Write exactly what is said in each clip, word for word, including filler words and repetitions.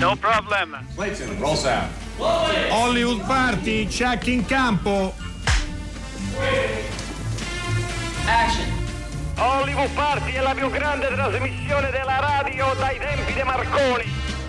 No problem. Clayton, roll sound. Hollywood Party, check in campo. Action. Hollywood Party è la più grande trasmissione della radio dai tempi di Marconi.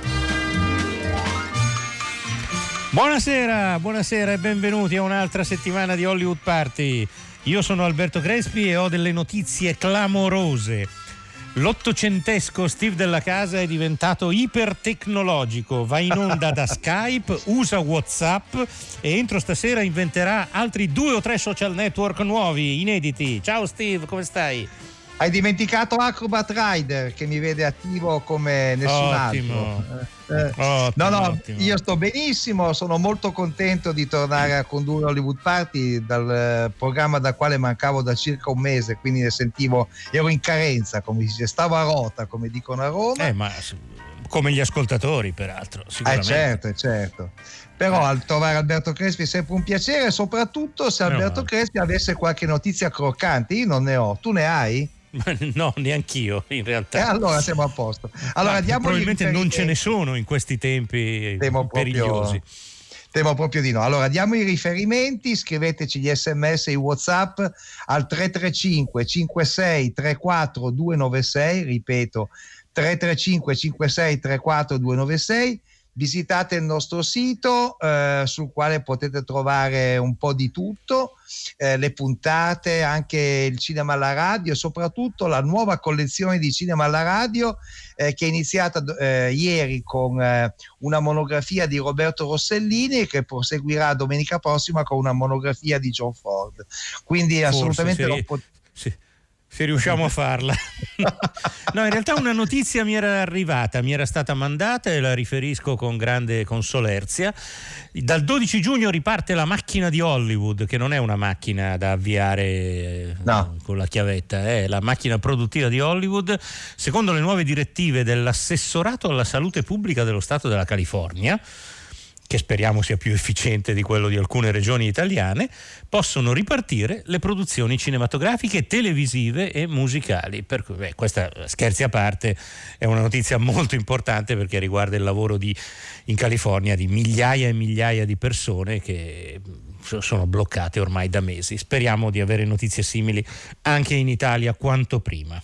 Buonasera, buonasera e benvenuti a un'altra settimana di Hollywood Party. Io sono Alberto Crespi e ho delle notizie clamorose. L'ottocentesco Steve Della Casa è diventato ipertecnologico, va in onda da Skype, usa WhatsApp e entro stasera inventerà altri due o tre social network nuovi, inediti. Ciao Steve, come stai? Hai dimenticato Acrobat Rider che mi vede attivo come nessun Ottimo. altro. Eh, Ottimo, no, no, ottimo. Io sto benissimo, sono molto contento di tornare a condurre Hollywood Party dal eh, programma dal quale mancavo da circa un mese, quindi ne sentivo, ero in carenza, come si dice, stavo a rota, come dicono a Roma. Eh, ma come gli ascoltatori, peraltro, Eh sicuramente. certo, eh, certo. Però al trovare Alberto Crespi è sempre un piacere, soprattutto se Alberto No. Crespi avesse qualche notizia croccante. Io non ne ho, tu ne hai? No, neanch'io in E realtà. allora siamo a posto. Allora, Ma diamo probabilmente non ce ne sono in questi tempi Temo perigliosi. proprio, temo proprio di no. Allora diamo i riferimenti, scriveteci gli sms e i WhatsApp al tre tre cinque cinque sei tre quattro due nove sei, ripeto tre tre cinque cinque sei tre quattro due nove sei. Visitate il nostro sito eh, sul quale potete trovare un po' di tutto, eh, le puntate, anche il cinema alla radio e soprattutto la nuova collezione di cinema alla radio eh, che è iniziata eh, ieri con eh, una monografia di Roberto Rossellini e che proseguirà domenica prossima con una monografia di John Ford. Quindi Forse, assolutamente se, non pot- se, se riusciamo a farla. No, in realtà una notizia mi era arrivata, mi era stata mandata e la riferisco con grande consolerzia. Dal dodici giugno riparte la macchina di Hollywood, che non è una macchina da avviare No. con la chiavetta, è la macchina produttiva di Hollywood, secondo le nuove direttive dell'assessorato alla salute pubblica dello Stato della California, che speriamo sia più efficiente di quello di alcune regioni italiane, possono ripartire le produzioni cinematografiche, televisive e musicali. Per cui, beh, questa, scherzi a parte, è una notizia molto importante perché riguarda il lavoro di, in California di migliaia e migliaia di persone che sono bloccate ormai da mesi. Speriamo di avere notizie simili anche in Italia quanto prima.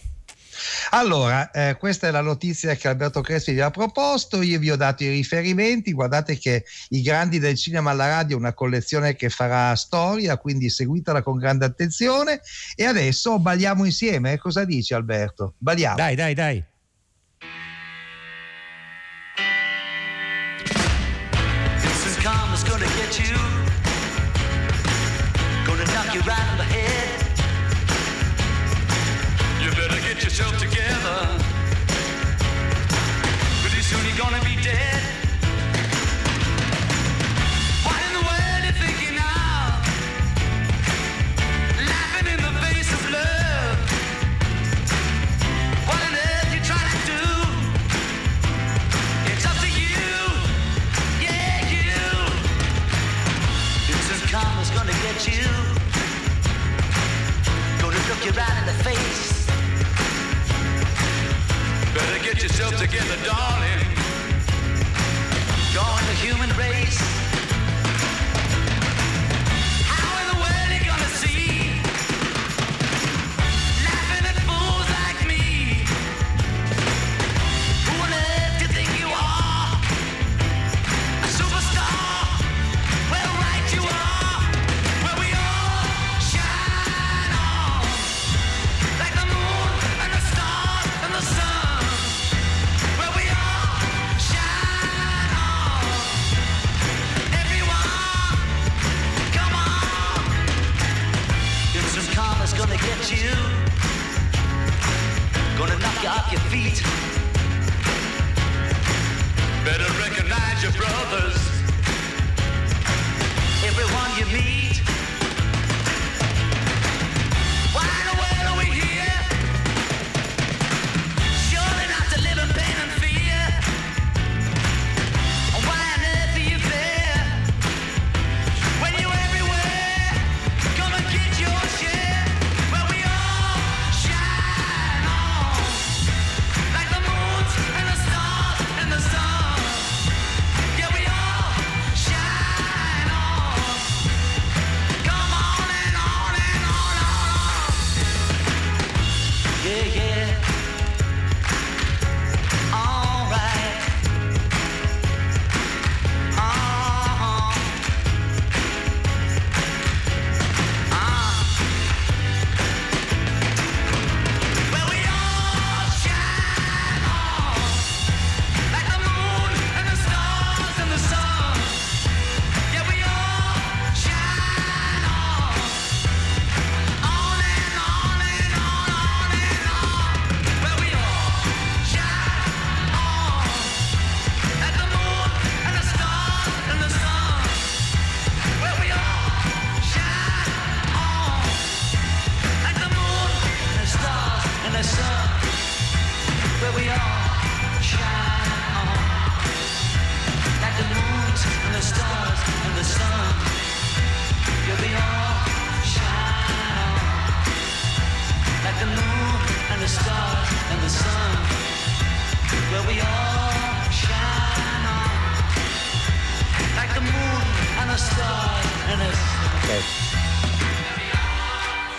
Allora, eh, questa è la notizia che Alberto Crespi vi ha proposto, io vi ho dato i riferimenti, guardate che I Grandi del Cinema alla Radio è una collezione che farà storia, quindi seguitela con grande attenzione e adesso balliamo insieme, cosa dici Alberto? Balliamo. Dai, dai, dai. Get yourself together. Pretty soon you're gonna be dead. What in the world you thinking now? Laughing in the face of love. What on earth you trying to do? It's up to you. Yeah, you. Instant karma's gonna get you. Gonna look you right in the face. Better get yourself together, darling.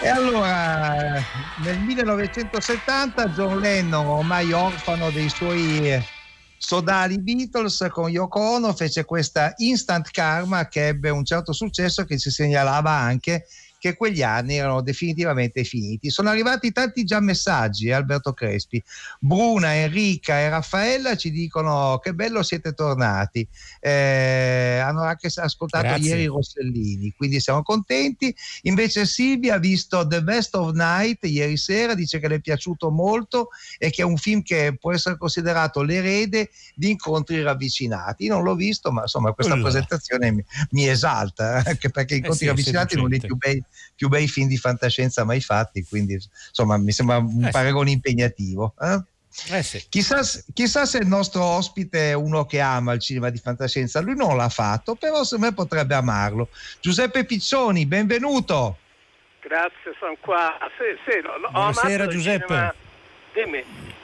allora, nel millenovecentosettanta John Lennon, ormai orfano dei suoi sodali Beatles, con Yoko Ono fece questa Instant Karma che ebbe un certo successo, che si segnalava anche che quegli anni erano definitivamente finiti. Sono arrivati tanti già messaggi, eh, Alberto Crespi. Bruna, Enrica e Raffaella ci dicono che bello siete tornati, eh, hanno anche ascoltato Grazie. ieri Rossellini, quindi siamo contenti. Invece Silvia ha visto The Best of Night ieri sera, dice che le è piaciuto molto e che è un film che può essere considerato l'erede di Incontri ravvicinati. Io non l'ho visto, ma insomma questa Allora. presentazione mi, mi esalta, anche perché Incontri sì, è ravvicinati è uno dei seducente. più bei più bei film di fantascienza mai fatti, quindi insomma mi sembra un Eh sì. paragone impegnativo, eh? Eh sì. Chissà, chissà se il nostro ospite è uno che ama il cinema di fantascienza. Lui non l'ha fatto, però secondo me potrebbe amarlo. Giuseppe Piccioni, benvenuto. Grazie, sono qua. Sì, sì, no, no, ho Buonasera, amato il Giuseppe. cinema. Dimmi.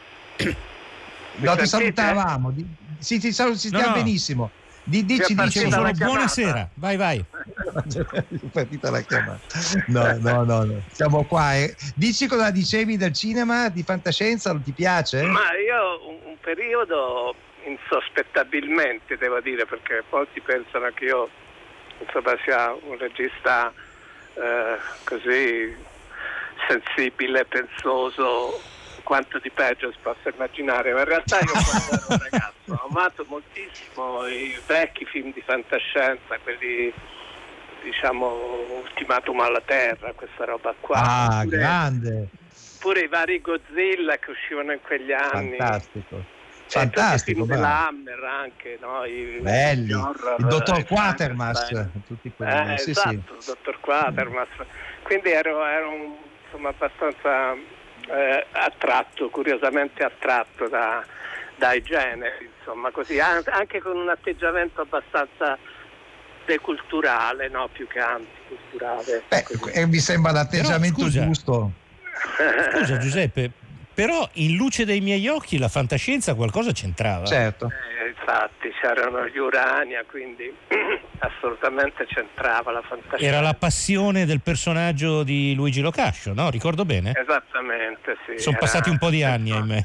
No, ti sentite? salutavamo. Di- Sì, ti salu- ci No, stiamo no. benissimo. Di- Vi è dici, dici. partita Dicevo la solo chiamata? buonasera. Vai, vai. È partita la chiamata. No, no, no, no. Siamo qua. eh. Dici cosa dicevi del cinema di fantascienza? Non ti piace? Ma io un, un periodo insospettabilmente, devo dire, perché molti pensano che io insomma sia un regista eh, così sensibile, pensoso, quanto di peggio si possa immaginare, ma in realtà io quando ero un ragazzo ho amato moltissimo i vecchi film di fantascienza, quelli diciamo Ultimatum alla Terra, questa roba qua. Ah, Pure- grande. pure i vari Godzilla che uscivano in quegli anni. Fantastico. Eh, Fantastico, tutti i film bravo. dell'Hammer anche, no? I, Belli. gli horror, Il dottor eh, Quatermass, Frankenstein. tutti quelli. Eh, sì, esatto, sì. il dottor Quatermass. Quindi ero, ero un- insomma abbastanza eh, attratto, curiosamente attratto da, dai generi, insomma così, an- anche con un atteggiamento abbastanza deculturale, no? Più che anticulturale. Beh, così. eh, mi sembra l'atteggiamento Però, scusa. giusto. Scusa Giuseppe, però in luce dei miei occhi la fantascienza qualcosa c'entrava. Certo. Eh, infatti c'erano gli Urania, quindi assolutamente c'entrava la fantascienza. Era la passione del personaggio di Luigi Locascio, no? Ricordo bene? Esattamente, sì. Sono era- passati un po' di anni, ahimè.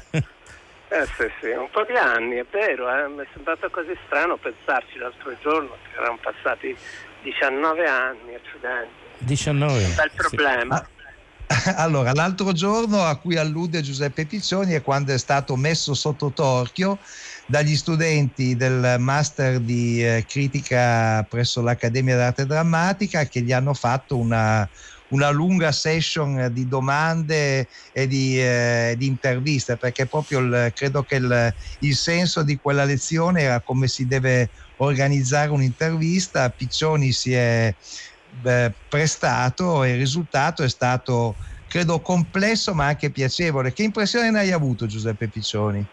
Eh sì, sì, un po' di anni, è vero, eh? Mi è sembrato così strano pensarci l'altro giorno che erano passati diciannove anni, accidenti. diciannove. Bel Sì. problema. Ah, allora, l'altro giorno a cui allude Giuseppe Piccioni è quando è stato messo sotto torchio dagli studenti del master di eh, critica presso l'Accademia d'Arte Drammatica, che gli hanno fatto una, una lunga session di domande e di, eh, di interviste, perché proprio il, credo che il, il senso di quella lezione era come si deve organizzare un'intervista. Piccioni si è beh, prestato e il risultato è stato, credo, complesso ma anche piacevole. Che impressione ne hai avuto, Giuseppe Piccioni?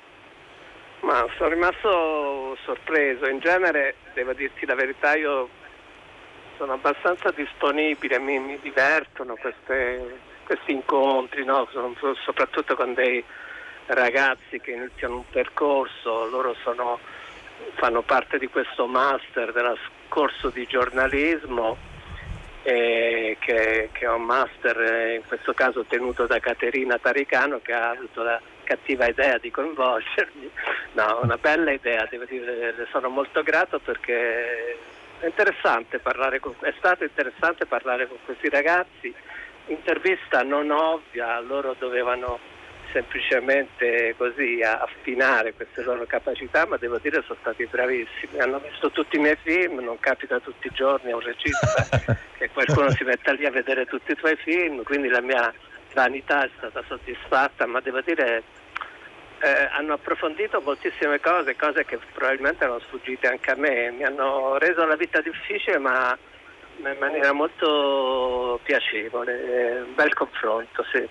Ma sono rimasto sorpreso. In genere, devo dirti la verità, io sono abbastanza disponibile, mi, mi divertono queste, questi incontri, no? Sono- soprattutto con dei ragazzi che iniziano un percorso, loro sono, fanno parte di questo master del corso di giornalismo, eh, che, che è un master eh, in questo caso tenuto da Caterina Taricano, che ha avuto la cattiva idea di coinvolgermi. No, una bella idea, devo dire, le sono molto grato perché è interessante parlare con, è stato interessante parlare con questi ragazzi, intervista non ovvia, loro dovevano semplicemente così affinare queste loro capacità, ma devo dire sono stati bravissimi, hanno visto tutti i miei film, non capita tutti i giorni a un regista che qualcuno si metta lì a vedere tutti i tuoi film, quindi la mia vanità è stata soddisfatta, ma devo dire eh, hanno approfondito moltissime cose, cose che probabilmente erano sfuggite anche a me, mi hanno reso la vita difficile ma in maniera molto piacevole, un bel confronto, sì.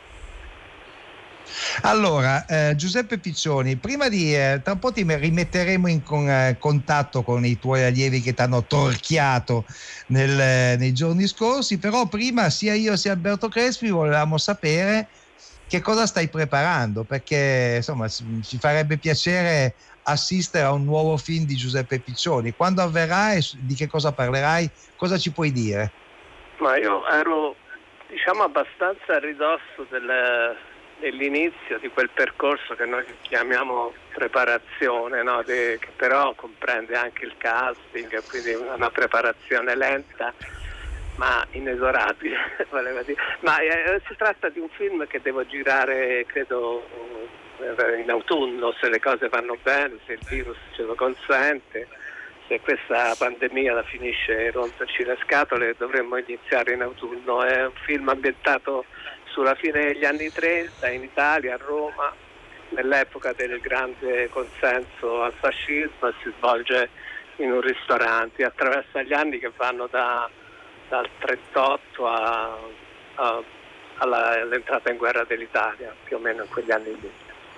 Allora, eh, Giuseppe Piccioni, prima di eh, tra un po' ti rimetteremo in con, eh, contatto con i tuoi allievi che ti hanno torchiato nel, eh, nei giorni scorsi, però prima sia io sia Alberto Crespi volevamo sapere che cosa stai preparando, perché insomma ci ci farebbe piacere assistere a un nuovo film di Giuseppe Piccioni. Quando avverrà e di che cosa parlerai? Cosa ci puoi dire? Ma io ero diciamo abbastanza a ridosso del, dell'inizio di quel percorso che noi chiamiamo preparazione, no? De, che però comprende anche il casting, quindi una preparazione lenta ma inesorabile, voleva dire. Ma eh, si tratta di un film che devo girare, credo, in autunno, se le cose vanno bene, se il virus ce lo consente, se questa pandemia la finisce romperci le scatole, dovremmo iniziare in autunno. È un film ambientato sulla fine degli anni trenta in Italia, a Roma, nell'epoca del grande consenso al fascismo, e si svolge in un ristorante, attraversa gli anni che vanno da, dal trentotto a, a, alla, all'entrata in guerra dell'Italia, più o meno in quegli anni lì.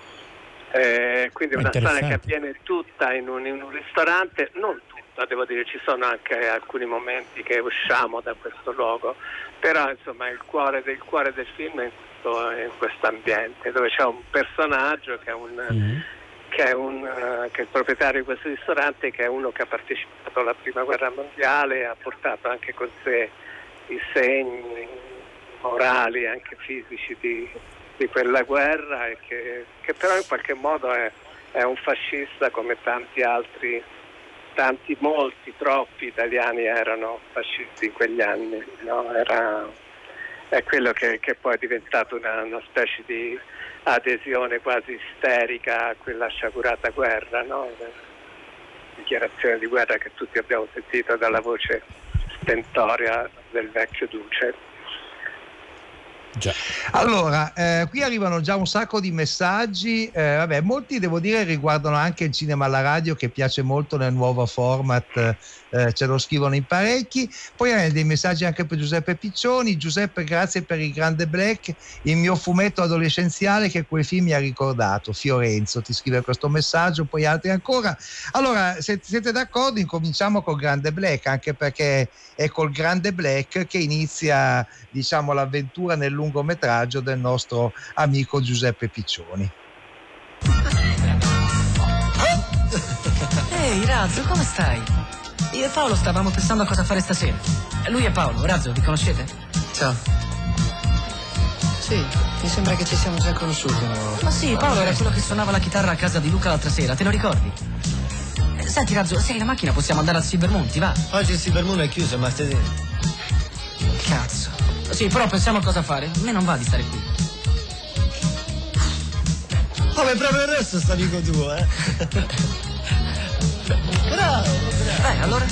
Eh, quindi è una storia che avviene tutta in un, in un ristorante, non tutta, devo dire, ci sono anche alcuni momenti che usciamo da questo luogo, però insomma il cuore del, cuore del film è in questo, in questo ambiente, dove c'è un personaggio che è un, mm. che è un uh, che è il proprietario di questo ristorante, che è uno che ha partecipato alla prima guerra mondiale, ha portato anche con sé i segni morali, anche fisici di di quella guerra, e che, che però in qualche modo è, è un fascista come tanti altri, tanti, molti, troppi italiani erano fascisti in quegli anni, no? Era, è quello che, che poi è diventato una, una specie di adesione quasi isterica a quella sciagurata guerra, no? Dichiarazione di guerra che tutti abbiamo sentito dalla voce stentoria del vecchio duce. Già. Allora, eh, qui arrivano già un sacco di messaggi, eh, vabbè, molti devo dire riguardano anche il cinema alla radio, che piace molto nel nuovo format, eh, ce lo scrivono in parecchi. Poi hai dei messaggi anche per Giuseppe Piccioni. Giuseppe, grazie per il Grande Black, il mio fumetto adolescenziale che quel film mi ha ricordato. Fiorenzo ti scrive questo messaggio, poi altri ancora. Allora, se siete d'accordo, incominciamo col Grande Black, anche perché è col Grande Black che inizia, diciamo, l'avventura nel lungometraggio del nostro amico Giuseppe Piccioni. Ehi Razzo, come stai? Io e Paolo stavamo pensando a cosa fare stasera. Lui è Paolo, Razzo, vi conoscete? Ciao. Sì, mi sembra che ci siamo già conosciuti. No? Ma sì, Paolo era quello che suonava la chitarra a casa di Luca l'altra sera, te lo ricordi? Senti Razzo, se hai la macchina possiamo andare al Cybermoon, ti va? Oggi il Cybermoon è chiuso, martedì. Cazzo. Sì, però pensiamo a cosa fare. A me non va di stare qui. Come proprio il resto sto amico tuo, eh? Bravo, bravo. Eh, allora?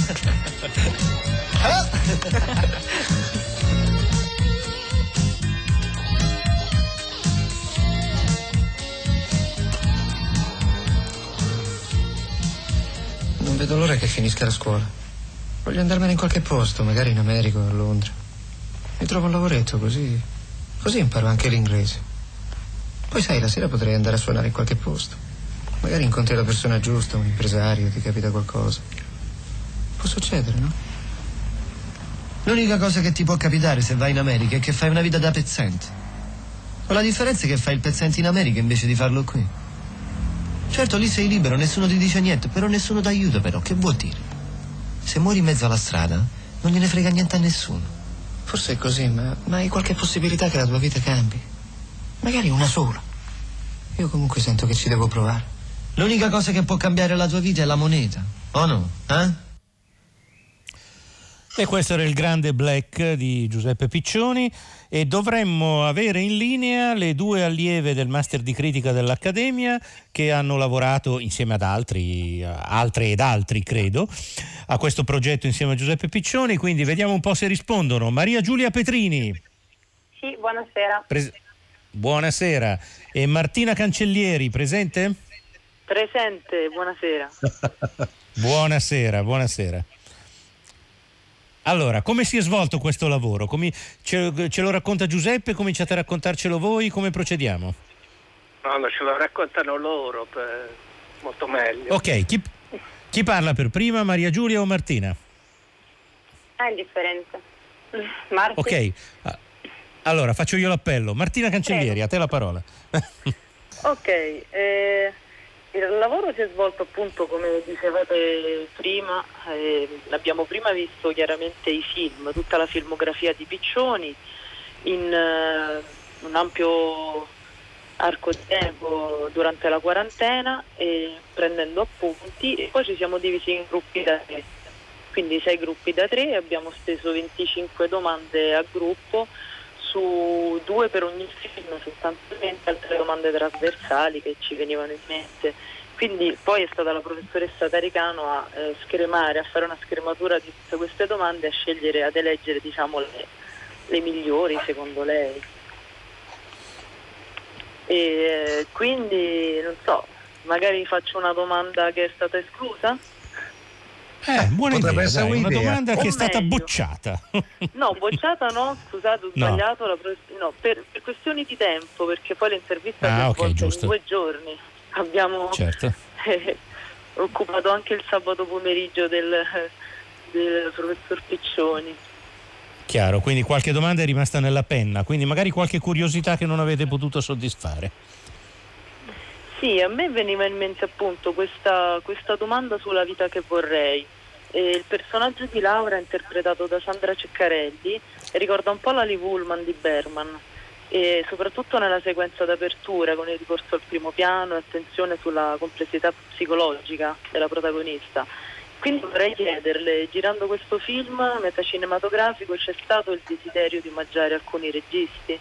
Non vedo l'ora che finisca la scuola. Voglio andarmene in qualche posto, magari in America o a Londra. Mi trovo un lavoretto, così così imparo anche l'inglese. Poi sai, la sera potrei andare a suonare in qualche posto. Magari incontri la persona giusta, un impresario, ti capita qualcosa. Può succedere, no? L'unica cosa che ti può capitare se vai in America è che fai una vita da pezzente. Ma la differenza è che fai il pezzente in America invece di farlo qui. Certo, lì sei libero, nessuno ti dice niente, però nessuno ti aiuta, però. Che vuol dire? Se muori in mezzo alla strada, non gliene frega niente a nessuno. Forse è così, ma, ma hai qualche possibilità che la tua vita cambi? Magari una sola. Io comunque sento che ci devo provare. L'unica cosa che può cambiare la tua vita è la moneta, o no? Eh? E questo era il Grande Black di Giuseppe Piccioni, e dovremmo avere in linea le due allieve del Master di Critica dell'Accademia, che hanno lavorato insieme ad altri, altre ed altri credo, a questo progetto insieme a Giuseppe Piccioni, quindi vediamo un po' se rispondono. Maria Giulia Petrini. Sì, buonasera. Pres- buonasera. E Martina Cancellieri, presente? Presente, buonasera. Buonasera, buonasera. Allora, come si è svolto questo lavoro? Come, ce, ce lo racconta Giuseppe? Cominciate a raccontarcelo voi? Come procediamo? No, no, ce lo raccontano loro, per... molto meglio. Ok, chi, chi parla per prima, Maria Giulia o Martina? È indifferente. Marti. Ok, allora faccio io l'appello. Martina Cancellieri, Prego. A te la parola. Ok, eh, il lavoro si è svolto appunto come dicevate prima, eh, abbiamo prima visto chiaramente i film, tutta la filmografia di Piccioni, in uh, un ampio arco di tempo durante la quarantena e prendendo appunti, e poi ci siamo divisi in gruppi da tre, quindi sei gruppi da tre, e abbiamo steso venticinque domande a gruppo, su due per ogni film sostanzialmente, altre domande trasversali che ci venivano in mente. Quindi poi è stata la professoressa Taricano a eh, scremare, a fare una scrematura di tutte queste domande, a scegliere, ad eleggere diciamo le, le migliori secondo lei. E eh, quindi non so, magari faccio una domanda che è stata esclusa? Eh, buona Potrebbe idea, essere dai, una un'idea. domanda O che è stata meglio. bocciata. No, bocciata no, scusate, ho No. sbagliato, la pro- no, per, per questioni di tempo, perché poi l'intervista Ah, si è ok, svolta giusto. in due giorni. Abbiamo Certo. eh, occupato anche il sabato pomeriggio del, del professor Piccioni. Chiaro, quindi qualche domanda è rimasta nella penna, quindi magari qualche curiosità che non avete potuto soddisfare. Sì, a me veniva in mente appunto questa, questa domanda sulla vita che vorrei. E il personaggio di Laura, interpretato da Sandra Ceccarelli, ricorda un po' la Liv Ullmann di Bergman, e soprattutto nella sequenza d'apertura con il ricorso al primo piano e attenzione sulla complessità psicologica della protagonista. Quindi vorrei chiederle, girando questo film metacinematografico, c'è stato il desiderio di omaggiare alcuni registi?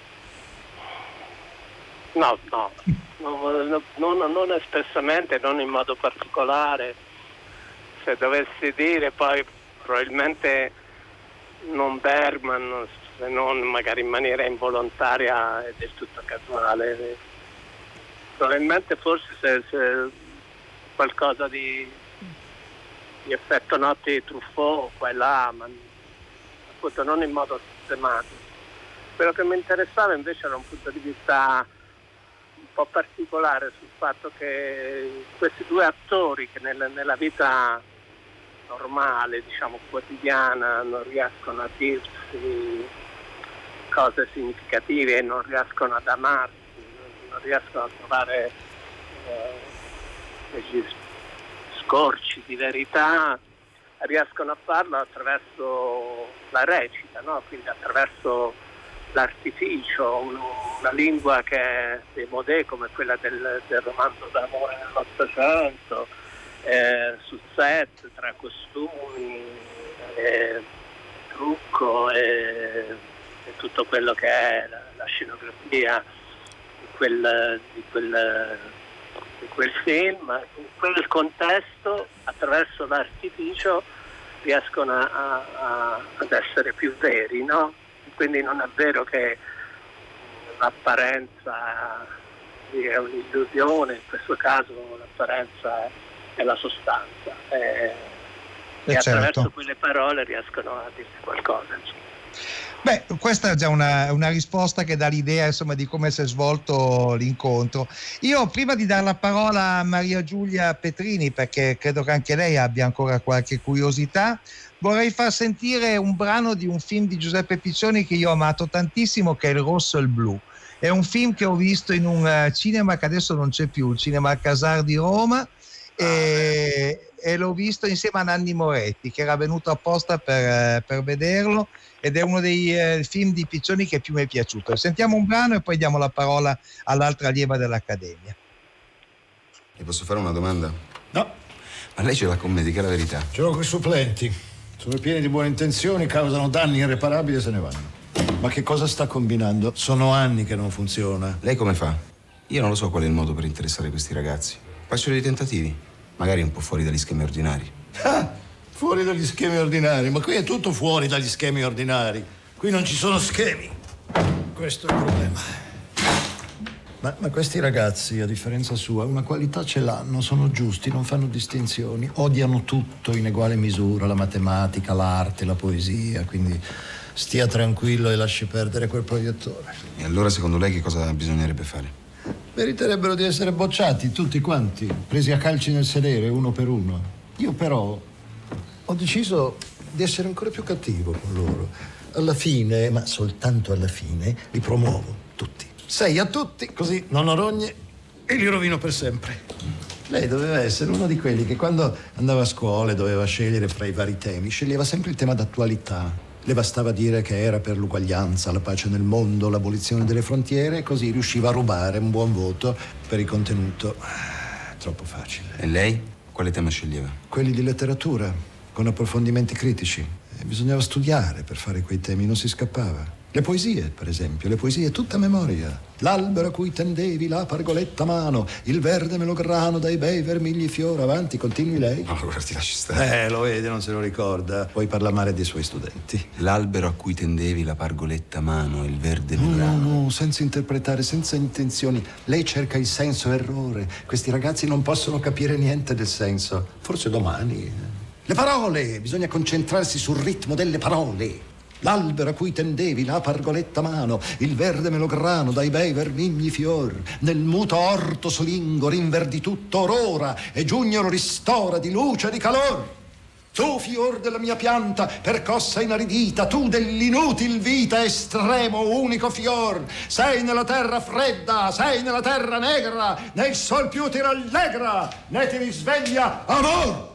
No, no, no, no, non, non espressamente, non in modo particolare. Se dovessi dire, poi probabilmente non Bergman, se non magari in maniera involontaria e del tutto casuale. Probabilmente forse se, se qualcosa di, di effetto notte di Truffaut qua e là, ma appunto non in modo sistematico. Quello che mi interessava invece era un punto di vista un po' particolare sul fatto che questi due attori che nel, nella vita normale, diciamo quotidiana, non riescono a dirsi cose significative, non riescono ad amarsi, non riescono a trovare eh, degli scorci di verità, riescono a farlo attraverso la recita, no? Quindi attraverso l'artificio, un, una lingua che è démodé come quella del, del romanzo d'amore nell'Ottocento, eh, sul set, tra costumi, eh, trucco e, e tutto quello che è la, la scenografia di quel, di, quel, di quel film. In quel contesto, attraverso l'artificio, riescono a, a, ad essere più veri, no? Quindi non è vero che l'apparenza è un'illusione, in questo caso l'apparenza è, è la sostanza, e, Eh, e attraverso certo. quelle parole riescono a dirsi qualcosa, insomma. Beh, questa è già una, una risposta che dà l'idea, insomma, di come si è svolto l'incontro. Io, prima di dare la parola a Maria Giulia Petrini, perché credo che anche lei abbia ancora qualche curiosità, vorrei far sentire un brano di un film di Giuseppe Piccioni che io ho amato tantissimo, che è Il rosso e il blu. È un film che ho visto in un uh, cinema che adesso non c'è più, il Cinema Casar di Roma, e, e l'ho visto insieme a Nanni Moretti, che era venuto apposta per, uh, per vederlo, ed è uno dei uh, film di Piccioni che più mi è piaciuto. Sentiamo un brano e poi diamo la parola all'altra allieva dell'Accademia. Le posso fare una domanda? No. Ma lei ce l'ha con me, dica la verità. Ce l'ho coi supplenti. Sono pieni di buone intenzioni, causano danni irreparabili e se ne vanno. Ma che cosa sta combinando? Sono anni che non funziona. Lei come fa? Io non lo so qual è il modo per interessare questi ragazzi. Faccio dei tentativi, magari un po' fuori dagli schemi ordinari. Ah, fuori dagli schemi ordinari? Ma qui è tutto fuori dagli schemi ordinari. Qui non ci sono schemi. Questo è il problema. Ma, ma questi ragazzi, a differenza sua, una qualità ce l'hanno, sono giusti, non fanno distinzioni, odiano tutto in uguale misura, la matematica, l'arte, la poesia, quindi stia tranquillo e lasci perdere quel proiettore. E allora secondo lei che cosa bisognerebbe fare? Meriterebbero di essere bocciati tutti quanti, presi a calci nel sedere, uno per uno. Io però ho deciso di essere ancora più cattivo con loro. Alla fine, ma soltanto alla fine, li promuovo tutti. Sei a tutti, così non ho rogne e li rovino per sempre. Lei doveva essere uno di quelli che quando andava a scuola e doveva scegliere fra i vari temi, sceglieva sempre il tema d'attualità. Le bastava dire che era per l'uguaglianza, la pace nel mondo, l'abolizione delle frontiere, e così riusciva a rubare un buon voto per il contenuto. Troppo facile. E lei? Quale tema sceglieva? Quelli di letteratura, con approfondimenti critici. E bisognava studiare per fare quei temi, non si scappava. Le poesie, per esempio, le poesie tutta a memoria. L'albero a cui tendevi la pargoletta a mano, il verde melograno dai bei vermigli fiori. Avanti, continui lei. No, guardi, lasci stare. Eh, lo vede, non se lo ricorda. Poi parla male dei suoi studenti. L'albero a cui tendevi la pargoletta a mano, il verde No, melograno. no, no, senza interpretare, senza intenzioni. Lei cerca il senso errore. Questi ragazzi non possono capire niente del senso. Forse domani. Le parole! Bisogna concentrarsi sul ritmo delle parole. L'albero a cui tendevi la pargoletta a mano, il verde melograno dai bei vermigli fior, nel muto orto solingo rinverdi tutto orora, e giugno lo ristora di luce e di calor. Tu, fior della mia pianta, percossa inaridita, tu dell'inutil vita estremo unico fior, sei nella terra fredda, sei nella terra negra, nel sol più ti rallegra, né ti risveglia amor.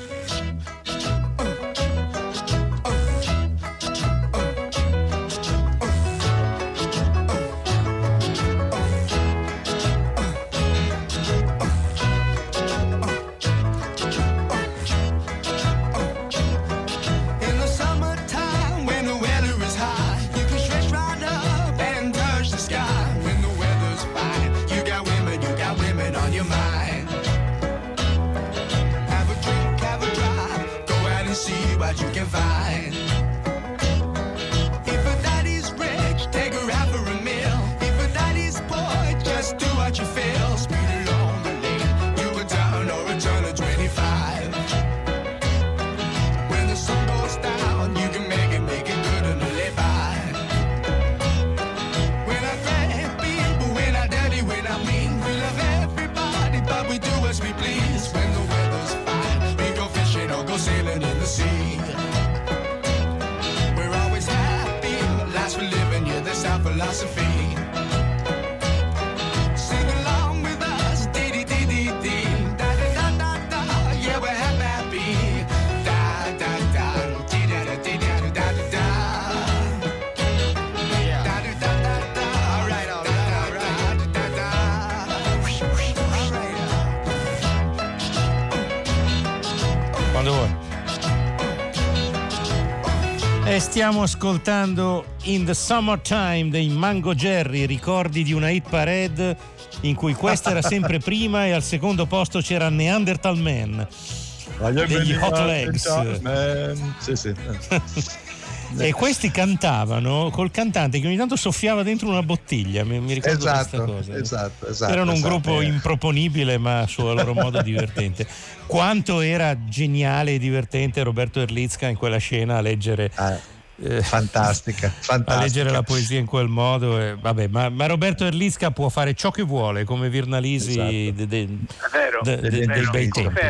Stiamo ascoltando In the Summertime dei Mango Jerry, ricordi di una hit parade in cui questa era sempre prima e al secondo posto c'era Neanderthal Man degli Hot Legs. Sì, sì. E questi cantavano col cantante che ogni tanto soffiava dentro una bottiglia, mi, mi ricordo esatto, questa cosa. Esatto, esatto. Erano un esatto, gruppo eh. improponibile ma sul loro modo divertente. Quanto era geniale e divertente Roberto Erlicka in quella scena a leggere... Ah. Eh, fantastica, fantastica. A leggere la poesia in quel modo, eh, vabbè, ma, ma Roberto Erlicka può fare ciò che vuole, come Virnalisi esatto. de, de, vero, de, de, de, dei bei tempi.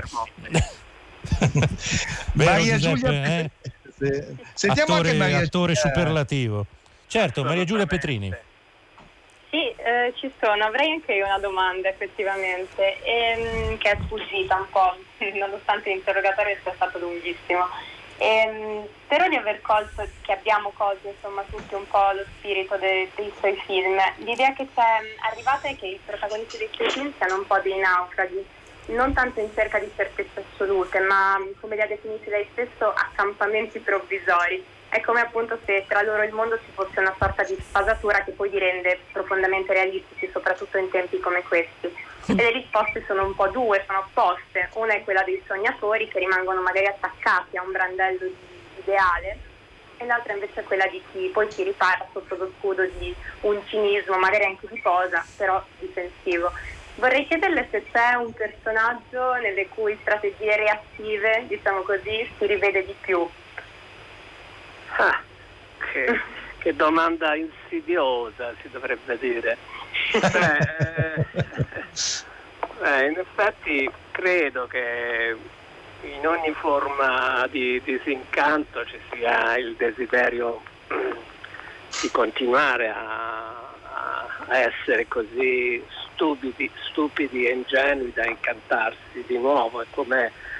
Vero, Maria Giuseppe, Giulia eh? Sì. Sentiamo attore, anche Maria attore Giulia. superlativo. Certo, Maria Giulia Petrini. Sì, eh, ci sono. Avrei anche io una domanda effettivamente, ehm, che è sfuggita un po', nonostante l'interrogatorio sia stato lunghissimo. Ehm, spero di aver colto che abbiamo colto insomma tutti un po' lo spirito de- dei suoi film. L'idea che c'è arrivata è che i protagonisti dei suoi film siano un po' dei naufraghi, non tanto in cerca di certezze assolute, ma come li ha definiti lei stesso, accampamenti provvisori. È come appunto se tra loro e il mondo ci fosse una sorta di spasatura che poi li rende profondamente realistici, soprattutto in tempi come questi. E le risposte sono un po' due, sono opposte. Una è quella dei sognatori che rimangono magari attaccati a un brandello di ideale, e l'altra invece è quella di chi poi si ripara sotto lo scudo di un cinismo, magari anche di posa, però difensivo. Vorrei chiederle se c'è un personaggio nelle cui strategie reattive, diciamo così, si rivede di più. Ah, che, che domanda insidiosa, si dovrebbe dire. Beh, eh, eh, in effetti credo che in ogni forma di disincanto ci sia il desiderio di continuare a, a essere così stupidi, stupidi e ingenui da incantarsi di nuovo. È come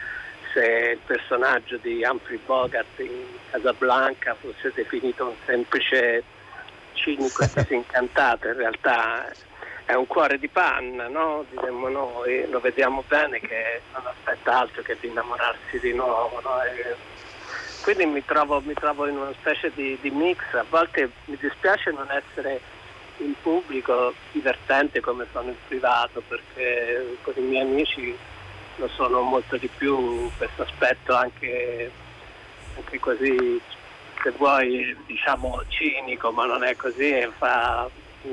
se il personaggio di Humphrey Bogart in Casablanca fosse definito un semplice cinico e disincantato, in realtà è un cuore di panna, no? Diremmo noi, lo vediamo bene che non aspetta altro che di innamorarsi di nuovo, no? E quindi mi trovo, mi trovo in una specie di, di mix. A volte mi dispiace non essere in pubblico divertente come sono in privato, perché con i miei amici lo sono molto di più, questo aspetto anche, anche così, se vuoi, diciamo cinico, ma non è così, e fa,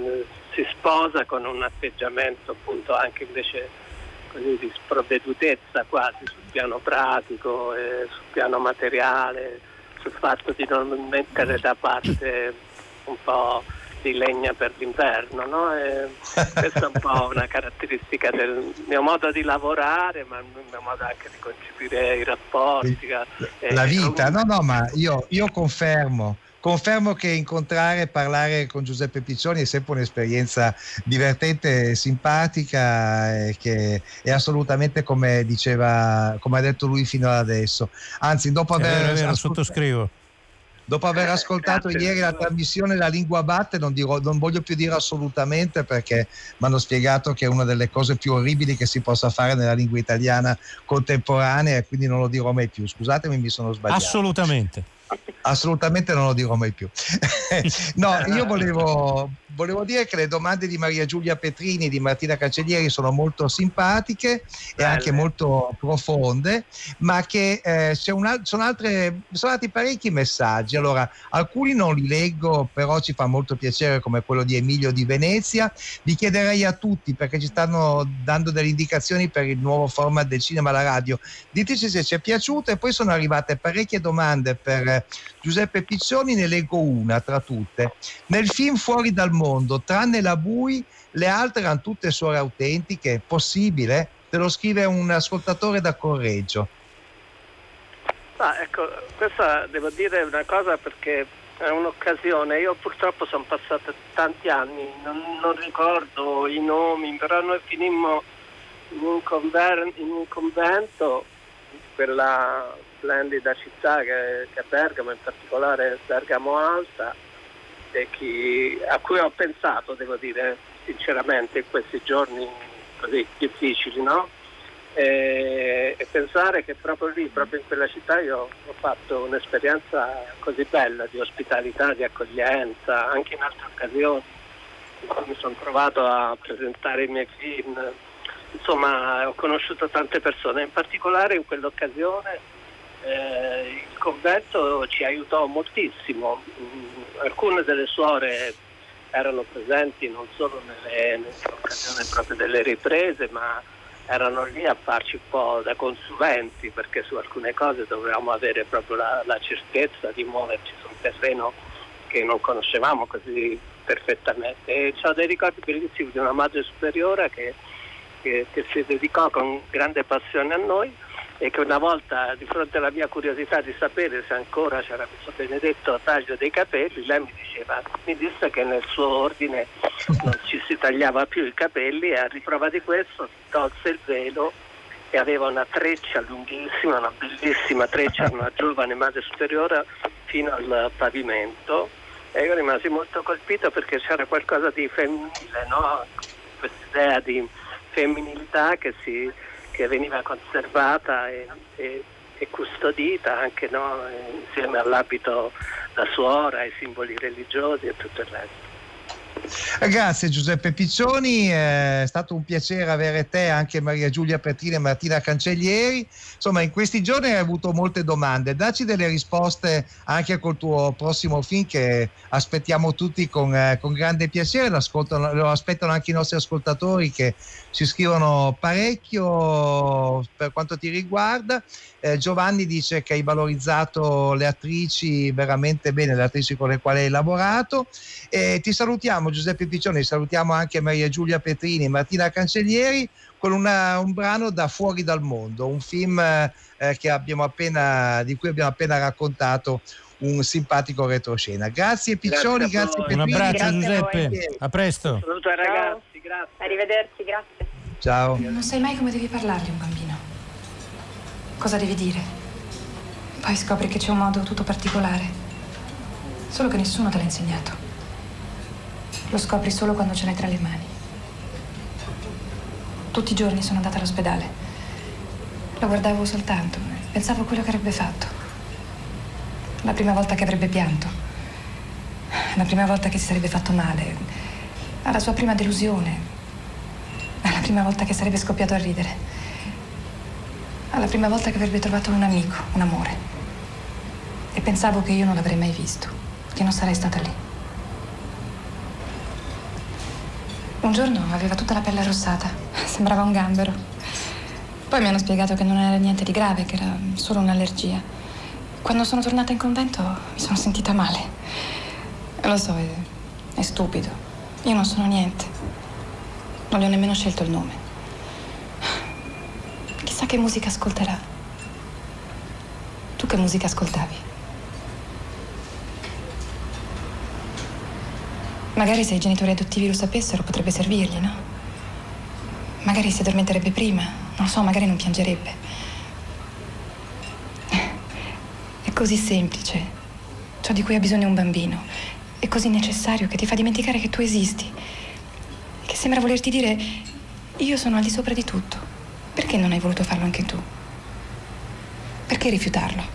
si sposa con un atteggiamento appunto anche invece così di sprovvedutezza quasi sul piano pratico e sul piano materiale, sul fatto di non mettere da parte un po' di legna per l'inverno, no? E questa è un po' una caratteristica del mio modo di lavorare, ma il mio modo anche di concepire i rapporti. La vita, no, no, ma io, io confermo. Confermo che incontrare e parlare con Giuseppe Piccioni è sempre un'esperienza divertente, simpatica, e che è assolutamente come diceva, come ha detto lui fino ad adesso. Anzi, dopo aver, è vero, è vero, ascolt- sottoscrivo. dopo aver ascoltato Grazie. ieri la trasmissione La Lingua Batte, non, dirò, non voglio più dire assolutamente, perché mi hanno spiegato che è una delle cose più orribili che si possa fare nella lingua italiana contemporanea, e quindi non lo dirò mai più. Scusatemi, mi sono sbagliato. Assolutamente. Assolutamente non lo dirò mai più. No, io volevo, volevo dire che le domande di Maria Giulia Petrini e di Martina Cancellieri sono molto simpatiche e anche molto profonde, ma che eh, c'è un, sono altre, sono stati parecchi messaggi. Allora, alcuni non li leggo, però ci fa molto piacere, come quello di Emilio di Venezia. Vi chiederei a tutti, perché ci stanno dando delle indicazioni per il nuovo format del cinema alla radio, diteci se ci è piaciuto. E poi sono arrivate parecchie domande per Giuseppe Piccioni, ne leggo una tra tutte. Nel film Fuori dal mondo, tranne la Bui, le altre erano tutte suore autentiche? Possibile? Te lo scrive un ascoltatore da Correggio. Ah, ecco, questa devo dire una cosa, perché è un'occasione. Io purtroppo sono passati tanti anni, non, non ricordo i nomi, però noi finimmo in un, conver- in un convento, quella splendida città che, che è Bergamo, in particolare Bergamo Alta, e chi, a cui ho pensato, devo dire sinceramente, in questi giorni così difficili, no? E, e pensare che proprio lì, proprio in quella città, io ho fatto un'esperienza così bella di ospitalità, di accoglienza, anche in altre occasioni in cui mi sono trovato a presentare i miei film. Insomma, ho conosciuto tante persone, in particolare in quell'occasione eh, il convento ci aiutò moltissimo. Mm, alcune delle suore erano presenti non solo nelle, nell'occasione proprio delle riprese, ma erano lì a farci un po' da consulenti, perché su alcune cose dovevamo avere proprio la, la certezza di muoverci su un terreno che non conoscevamo così perfettamente. E ho dei ricordi bellissimi di una madre superiore che Che, che si dedicò con grande passione a noi, e che una volta, di fronte alla mia curiosità di sapere se ancora c'era questo benedetto taglio dei capelli, lei mi diceva, mi disse che nel suo ordine non ci si tagliava più i capelli, e a riprova di questo si tolse il velo e aveva una treccia lunghissima, una bellissima treccia, una giovane madre superiore, fino al pavimento, e io rimasi molto colpito, perché c'era qualcosa di femminile, no? Questa idea di femminilità che, si, che veniva conservata e, e, e custodita anche, no? Insieme all'abito da suora, ai simboli religiosi e tutto il resto. Grazie Giuseppe Piccioni, è stato un piacere avere te, anche Maria Giulia Petrini e Martina Cancellieri. Insomma, in questi giorni hai avuto molte domande, dacci delle risposte anche col tuo prossimo film, che aspettiamo tutti con, eh, con grande piacere. Lo, ascoltano, lo aspettano anche i nostri ascoltatori, che ci scrivono parecchio per quanto ti riguarda. eh, Giovanni dice che hai valorizzato le attrici veramente bene, le attrici con le quali hai lavorato. E ti salutiamo Giuseppe Piccioni, salutiamo anche Maria Giulia Petrini e Martina Cancellieri con una, un brano da Fuori dal mondo, un film eh, che abbiamo appena, di cui abbiamo appena raccontato un simpatico retroscena. Grazie Piccioni, grazie, grazie Petrini. Un abbraccio grazie Giuseppe, a presto. Saluto ai ragazzi, grazie. Arrivederci, grazie. Ciao. Non sai mai come devi parlargli a un bambino. cosa devi dire. Poi scopri che c'è un modo tutto particolare, solo che nessuno te l'ha insegnato. Lo scopri solo quando ce l'hai tra le mani. Tutti i giorni sono andata all'ospedale. Lo guardavo soltanto, pensavo a quello che avrebbe fatto. La prima volta che avrebbe pianto. La prima volta che si sarebbe fatto male. Alla sua prima delusione. Alla prima volta che sarebbe scoppiato a ridere. Alla prima volta che avrebbe trovato un amico, un amore. E pensavo che io non l'avrei mai visto, che non sarei stata lì. Un giorno aveva tutta la pelle arrossata, sembrava un gambero. Poi mi hanno spiegato che non era niente di grave, che era solo un'allergia. Quando sono tornata in convento mi sono sentita male. Lo so, è, è stupido. Io non sono niente. Non le ho nemmeno scelto il nome. Chissà che musica ascolterà. Tu che musica ascoltavi? Magari se i genitori adottivi lo sapessero potrebbe servirgli, no? Magari si addormenterebbe prima, non so, magari non piangerebbe. È così semplice, ciò di cui ha bisogno un bambino. È così necessario che ti fa dimenticare che tu esisti. Che sembra volerti dire, io sono al di sopra di tutto. Perché non hai voluto farlo anche tu? Perché rifiutarlo?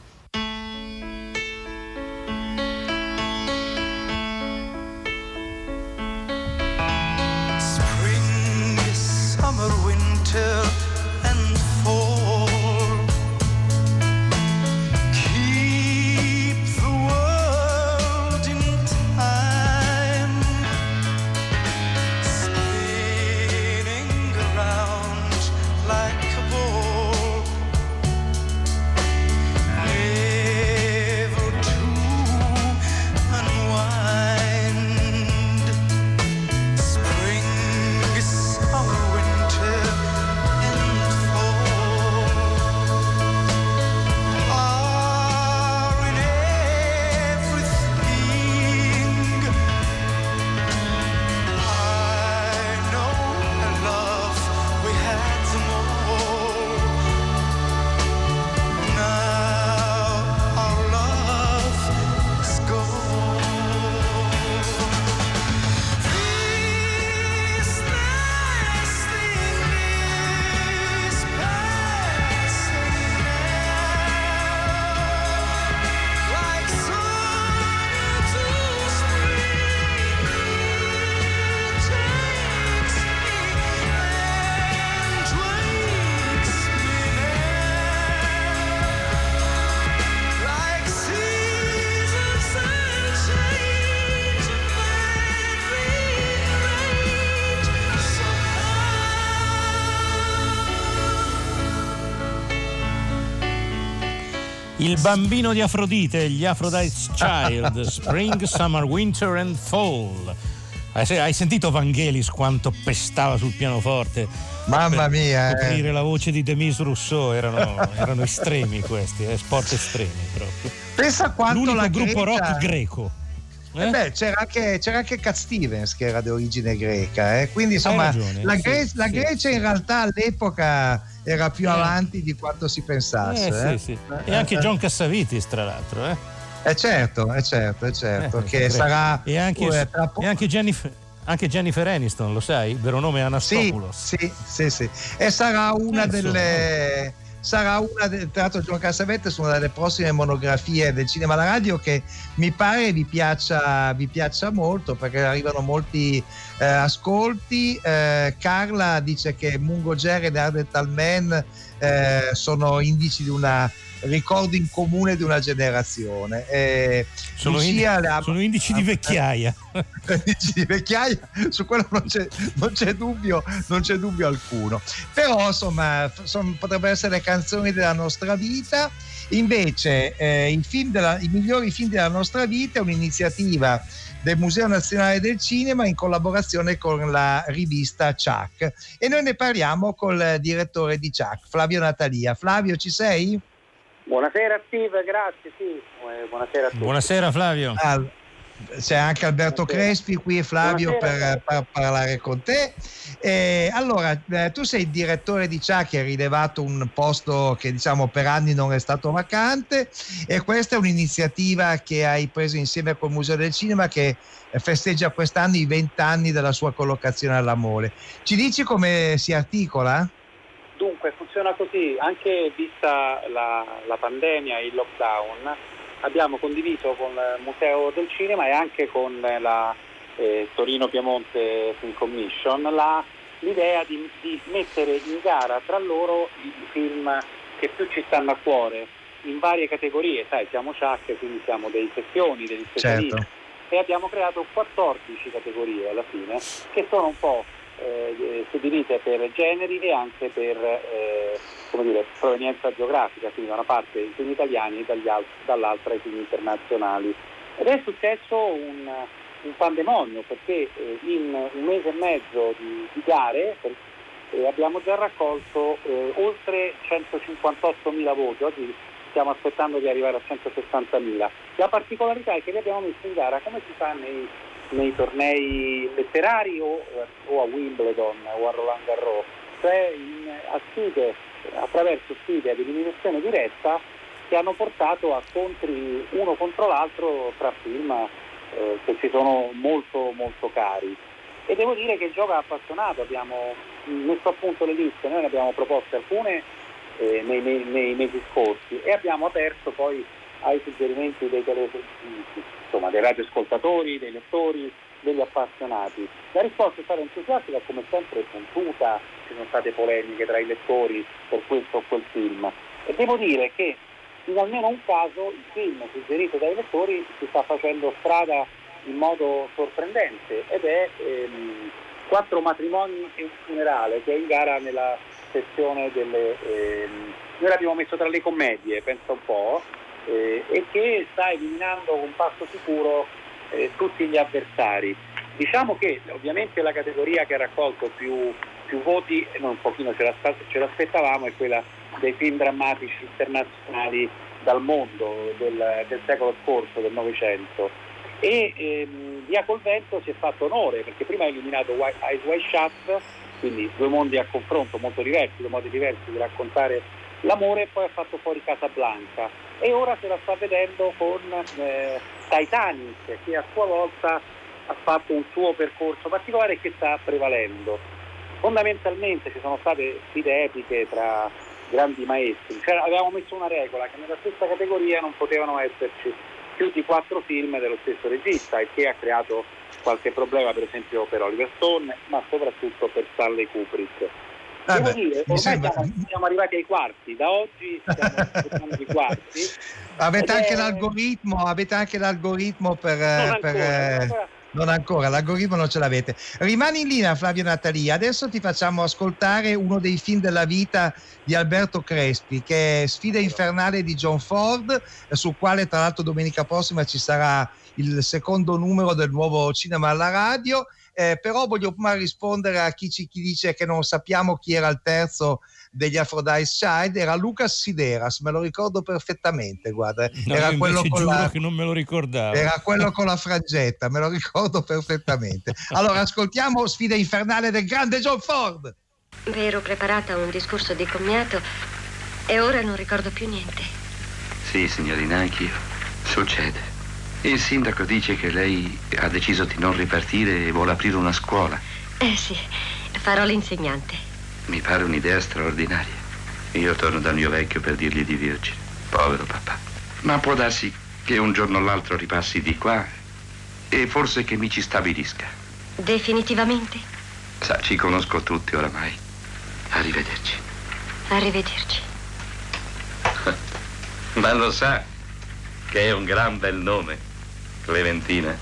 Il bambino di Afrodite, gli Aphrodite's Child, Spring, Summer, Winter and Fall. Hai sentito Vangelis quanto pestava sul pianoforte? Mamma mia! Per coprire eh. la voce di Demis Rousseau, erano, erano estremi questi, eh, sport estremi proprio. Pensa quanto l'unico la gruppo Grecia... rock greco. Eh? Beh, c'era anche, c'era anche Cat Stevens che era di origine greca, eh? Quindi insomma ragione, la, sì, Gre- la sì. Grecia in realtà all'epoca era più eh. avanti di quanto si pensasse. Eh, eh? sì, sì. E anche John Cassavetes, tra l'altro. Eh, eh certo, è certo, è certo, eh, che greco. sarà... E anche, uh, tra po- e anche Jennifer... Anche Jennifer Aniston, lo sai? Il vero nome è Anastopoulos. Sì, sì, sì, sì. E sarà una Eh, delle... Sarà una, de- tra l'altro John Cassavetes, una delle prossime monografie del cinema alla radio che mi pare vi piaccia, vi piaccia molto, perché arrivano molti eh, ascolti. Eh, Carla dice che Mungo Jerry e Neanderthal Man eh, sono indici di una ricordo in comune di una generazione. Eh, sono, Lucia, indi- la... sono indici di vecchiaia. indici di vecchiaia, su quello non c'è, non c'è dubbio, non c'è dubbio alcuno. Però insomma son, potrebbero essere le canzoni della nostra vita. Invece eh, il film della, i migliori film della nostra vita è un'iniziativa del Museo Nazionale del Cinema in collaborazione con la rivista Ciak, e noi ne parliamo col direttore di Ciak, Flavio Natalia. Flavio, ci sei? Buonasera Steve, grazie, sì. Eh, buonasera a tutti. Buonasera Flavio. Al- C'è anche Alberto Crespi qui e Flavio per, per parlare con te. Eh, allora, eh, tu sei il direttore di C H A, che ha rilevato un posto che diciamo per anni non è stato vacante, e questa è un'iniziativa che hai preso insieme col Museo del Cinema, che festeggia quest'anno i vent'anni della sua collocazione alla Mole. Ci dici come si articola? Dunque, funziona così, anche vista la, la pandemia, il lockdown, abbiamo condiviso con il Museo del Cinema e anche con la eh, Torino Piemonte Film Commission la, l'idea di, di mettere in gara tra loro i film che più ci stanno a cuore in varie categorie. Sai, siamo C H A C, quindi siamo dei sezioni, degli specialisti, certo. E abbiamo creato quattordici categorie alla fine, che sono un po' eh, suddivise per generi e anche per eh, come dire, provenienza geografica, quindi da una parte i film italiani e dall'altra i film internazionali. Ed è successo un, un pandemonio, perché eh, in un mese e mezzo di, di gare per, eh, abbiamo già raccolto eh, oltre centocinquantottomila voti. Oggi stiamo aspettando di arrivare a centosessantamila. La particolarità è che li abbiamo messi in gara come si fa nei, nei tornei letterari o, o a Wimbledon o a Roland Garros, cioè in, a sfide, attraverso sfide ad eliminazione diretta, che hanno portato a scontri uno contro l'altro tra film eh, che ci sono molto molto cari. E devo dire che il gioco è appassionato, abbiamo messo a punto le liste, noi ne abbiamo proposte alcune eh, nei, nei, nei mesi scorsi e abbiamo aperto poi ai suggerimenti dei, tele, insomma, dei radioascoltatori, dei lettori, degli appassionati. La risposta è stata entusiastica, come sempre puntuta, ci sono state polemiche tra i lettori per questo o quel film. E devo dire che in almeno un caso il film suggerito dai lettori si sta facendo strada in modo sorprendente, ed è ehm, Quattro matrimoni e un funerale, che è in gara nella sezione delle ehm, noi l'abbiamo messo tra le commedie, pensa un po', eh, e che sta eliminando con passo sicuro eh, tutti gli avversari. Diciamo che ovviamente la categoria che ha raccolto più, più voti, noi un pochino ce, ce l'aspettavamo, è quella dei film drammatici internazionali dal mondo del, del secolo scorso, del Novecento. E ehm, Via col vento si è fatto onore, perché prima ha eliminato Eyes Wide Shut, quindi due mondi a confronto molto diversi, due modi diversi di raccontare l'amore, e poi ha fatto fuori Casablanca, e ora se la sta vedendo con eh, Titanic, che a sua volta ha fatto un suo percorso particolare e che sta prevalendo. Fondamentalmente ci sono state sfide epiche tra grandi maestri, cioè, avevamo messo una regola che nella stessa categoria non potevano esserci più di quattro film dello stesso regista, e che ha creato qualche problema per esempio per Oliver Stone, ma soprattutto per Stanley Kubrick. Ah Devo beh, dire, ormai sembra... siamo, siamo arrivati ai quarti, da oggi siamo ai quarti. Avete anche, è... l'algoritmo, avete anche l'algoritmo per... Non per ancora, ancora. Non ancora, l'algoritmo non ce l'avete. Rimani in linea, Flavio Natalia. Adesso ti facciamo ascoltare uno dei film della vita di Alberto Crespi, che è Sfida infernale di John Ford, sul quale tra l'altro domenica prossima ci sarà il secondo numero del nuovo Cinema alla Radio. Eh, però voglio prima rispondere a chi ci chi dice che non sappiamo chi era il terzo degli Aphrodite Child. Era Lucas Sideras, me lo ricordo perfettamente, guarda, no, era io quello con giuro la... che non me lo ricordavo, era quello con la frangetta, me lo ricordo perfettamente. Allora ascoltiamo Sfida infernale del grande John Ford. Mi ero preparata a un discorso di commiato e ora non ricordo più niente. Sì, signorina, anch'io. Succede. Il sindaco dice che lei ha deciso di non ripartire e vuole aprire una scuola. Eh sì, farò l'insegnante. Mi pare un'idea straordinaria. Io torno dal mio vecchio per dirgli di Virgine. Povero papà. Ma può darsi che un giorno o l'altro ripassi di qua e forse che mi ci stabilisca. Definitivamente? Sa, ci conosco tutti oramai. Arrivederci. Arrivederci. Ma lo sa che è un gran bel nome, Clementina?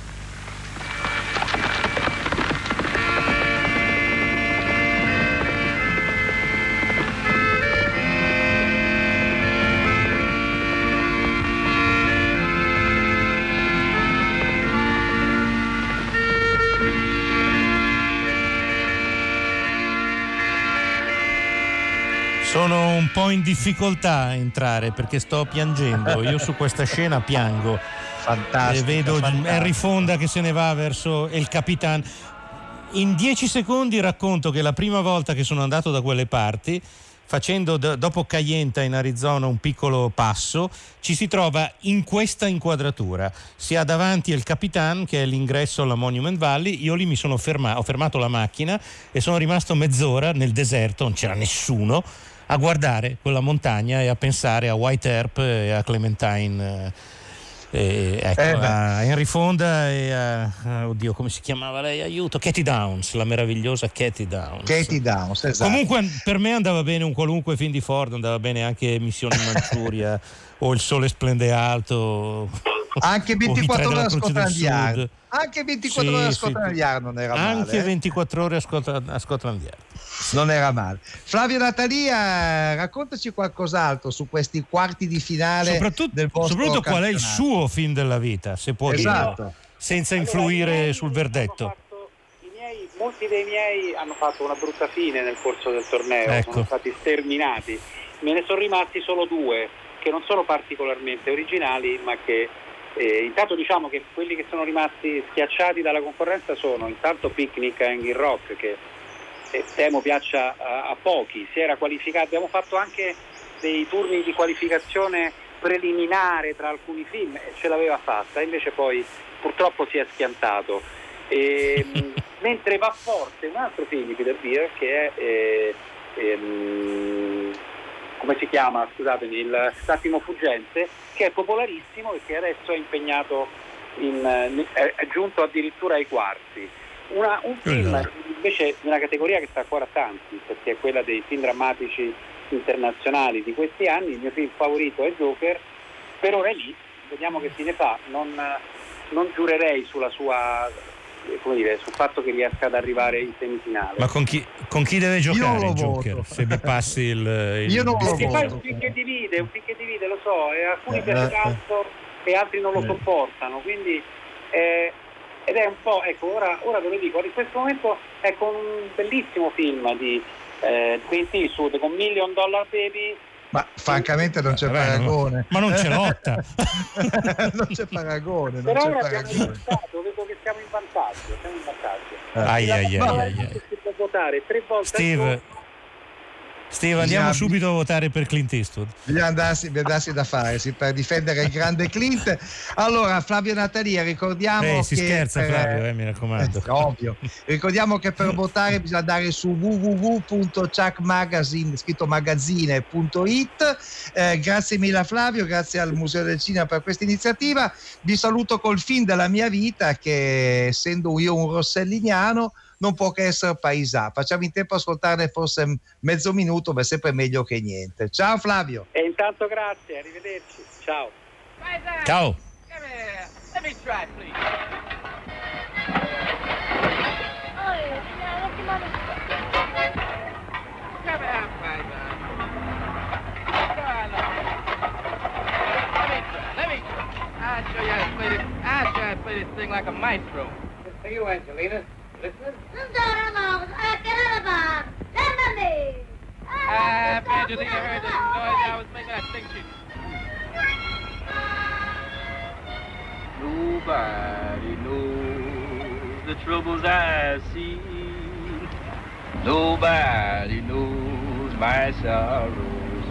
Sono un po' in difficoltà a entrare perché sto piangendo. Io su questa scena piango. Fantastico. E vedo fantastico. Henry Fonda che se ne va verso il Capitan. In dieci secondi racconto che la prima volta che sono andato da quelle parti, facendo d- dopo Cayenta in Arizona un piccolo passo, ci si trova in questa inquadratura. Si ha davanti il Capitan, che è l'ingresso alla Monument Valley. Io lì mi sono fermato, ho fermato la macchina e sono rimasto mezz'ora nel deserto, non c'era nessuno, a guardare quella montagna e a pensare a White Earp e a Clementine, eh, ecco, eh a Henry Fonda e a, a, oddio, come si chiamava lei? Aiuto, Katie Downs, la meravigliosa Katie Downs. Katie Downs, esatto. Comunque per me andava bene un qualunque film di Ford, andava bene anche Missione in Manchuria o Il sole splende alto. Anche ventiquattro ore a Croce del Scotland Yard. Sud. Anche ventiquattro Sì, ore a sì. Scotland Yard non era male. Anche eh? ventiquattro ore a Scotland, a Scotland Yard. Non era male. Flavio Natalia, raccontaci qualcos'altro su questi quarti di finale Soprattutto, del vostro soprattutto qual è il campionato. suo film della vita, se può Esatto. dire, senza influire sul verdetto. I miei, molti dei miei hanno fatto una brutta fine nel corso del torneo, Ecco. sono stati sterminati. Me ne sono rimasti solo due che non sono particolarmente originali, ma che eh, intanto diciamo che quelli che sono rimasti schiacciati dalla concorrenza sono intanto Picnic a Hanging Rock, che eh, temo piaccia a, a pochi. Si era qualificato, abbiamo fatto anche dei turni di qualificazione preliminare tra alcuni film e ce l'aveva fatta, invece poi purtroppo si è schiantato. E, mentre va forte un altro film di Peter Beer che è eh, ehm, come si chiama, scusatemi, Il Stattimo Fuggente, che è popolarissimo e che adesso è impegnato in, è, è giunto addirittura ai quarti. Una, un film invece di una categoria che sta ancora a tanti, perché è quella dei film drammatici internazionali di questi anni. Il mio film favorito è Joker, per ora è lì, vediamo che fine fa. Non, non giurerei sulla sua, come dire, sul fatto che riesca ad arrivare in semifinale. Ma con chi, con chi deve giocare lo il Joker? voto. Se mi passi il, il Io non lo Perché voto. poi è un film che divide, un film che divide, lo so, e alcuni Eh, piace eh. tanto e altri non lo Eh. sopportano, quindi eh, ed è un po', ecco, ora, ora ve lo dico, in questo momento è con un bellissimo film di eh, Clint Eastwood con Million Dollar Baby. Ma francamente non c'è Vabbè, paragone. ma non c'è lotta. Non c'è paragone, non Per c'è ora abbiamo paragone. risultato, vedo che siamo in vantaggio, siamo in vantaggio. Ai, ai, ai, Ma ai, ai. si può votare tre volte al Steve, giorno. Steve, andiamo Bisogna- subito a votare per Clint Eastwood. Bisogna andarsi, andarsi da fare sì, per difendere il grande Clint. Allora, Flavio Natalia, ricordiamo Eh, si che scherza, per- Flavio, eh, mi raccomando. Eh, ovvio. Ricordiamo che per votare bisogna andare su w w w punto chuck magazine, scritto magazzine punto it. Eh, grazie mille a Flavio, grazie al Museo del Cinema per questa iniziativa. Vi saluto col film della mia vita che, essendo io un rosselliniano, non può che essere Paesà. Facciamo in tempo a ascoltarne forse mezzo minuto, ma è sempre meglio che niente. Ciao Flavio. E intanto grazie, arrivederci, ciao. Ciao. Come here. Let me try, please. Come here, Paisano. Come on, now. Let me try, let me try. I'll show you how to play this, I'll show you how to play this thing like a maestro. Are you, Angelina? Listening? Ah, if Angelina heard the noise I was making, I think she... Nobody knows the troubles I see. Nobody knows my sorrows.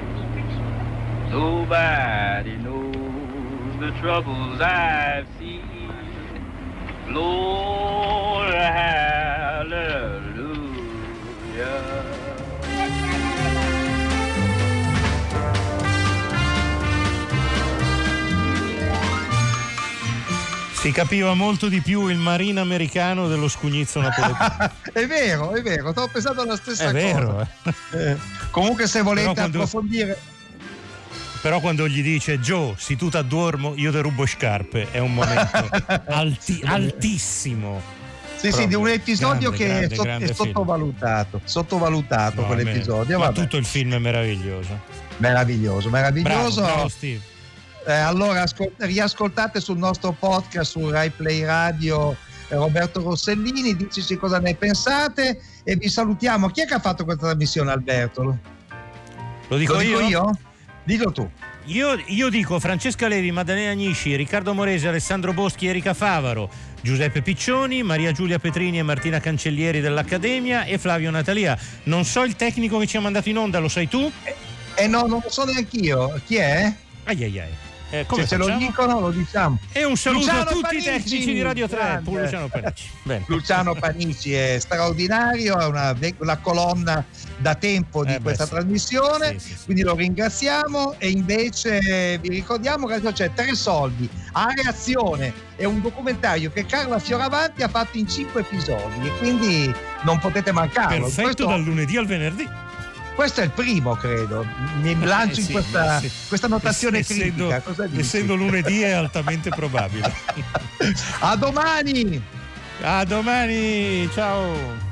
Nobody knows the troubles I've seen. Lord, hallelujah. Si capiva molto di più il marino americano dello scugnizzo napoletano. È vero, è vero, stavo pensando alla stessa È cosa. vero, eh. Eh, comunque se volete Però quando- approfondire Però quando gli dice Joe, se tu t'addormo io ti rubo scarpe, è un momento alti- altissimo. Sì, sì, di un Proprio. episodio Grande, che grande, è, so- grande è film. sottovalutato, sottovalutato No, quell'episodio. ma vabbè. tutto il film è meraviglioso. Meraviglioso, meraviglioso. Bravo, bravo Steve. Eh, allora ascol- riascoltate sul nostro podcast su Rai Play Radio eh, Roberto Rossellini, diteci cosa ne pensate e vi salutiamo. Chi è che ha fatto questa trasmissione, Alberto? Lo dico, Lo dico io? io? Dillo tu. Io, io dico Francesca Levi, Maddalena Agnisci, Riccardo Moresi, Alessandro Boschi, Erika Favaro, Giuseppe Piccioni, Maria Giulia Petrini e Martina Cancellieri dell'Accademia e Flavio Natalia. Non so il tecnico che ci ha mandato in onda, lo sai tu? Eh, eh no, non lo so neanch'io. Chi è? Ai ai ai. Eh, come se, se lo dicono lo diciamo. E un saluto Luciano a tutti Panici, i tecnici di Radio tre. grande. Luciano Panici. Bene. Luciano Panici è straordinario, è una, una colonna da tempo di Eh beh, questa sì. trasmissione, Sì, sì, sì. quindi lo ringraziamo. E invece vi ricordiamo che adesso c'è Tre Soldi a reazione, è un documentario che Carla Fioravanti ha fatto in cinque episodi e quindi non potete mancarlo. Perfetto. Questo, Dal lunedì al venerdì. questo è il primo, credo. Mi lancio Eh, sì, in questa, sì. questa notazione Essendo- critica. Cosa dici? Essendo lunedì è altamente probabile. A domani! A domani, ciao.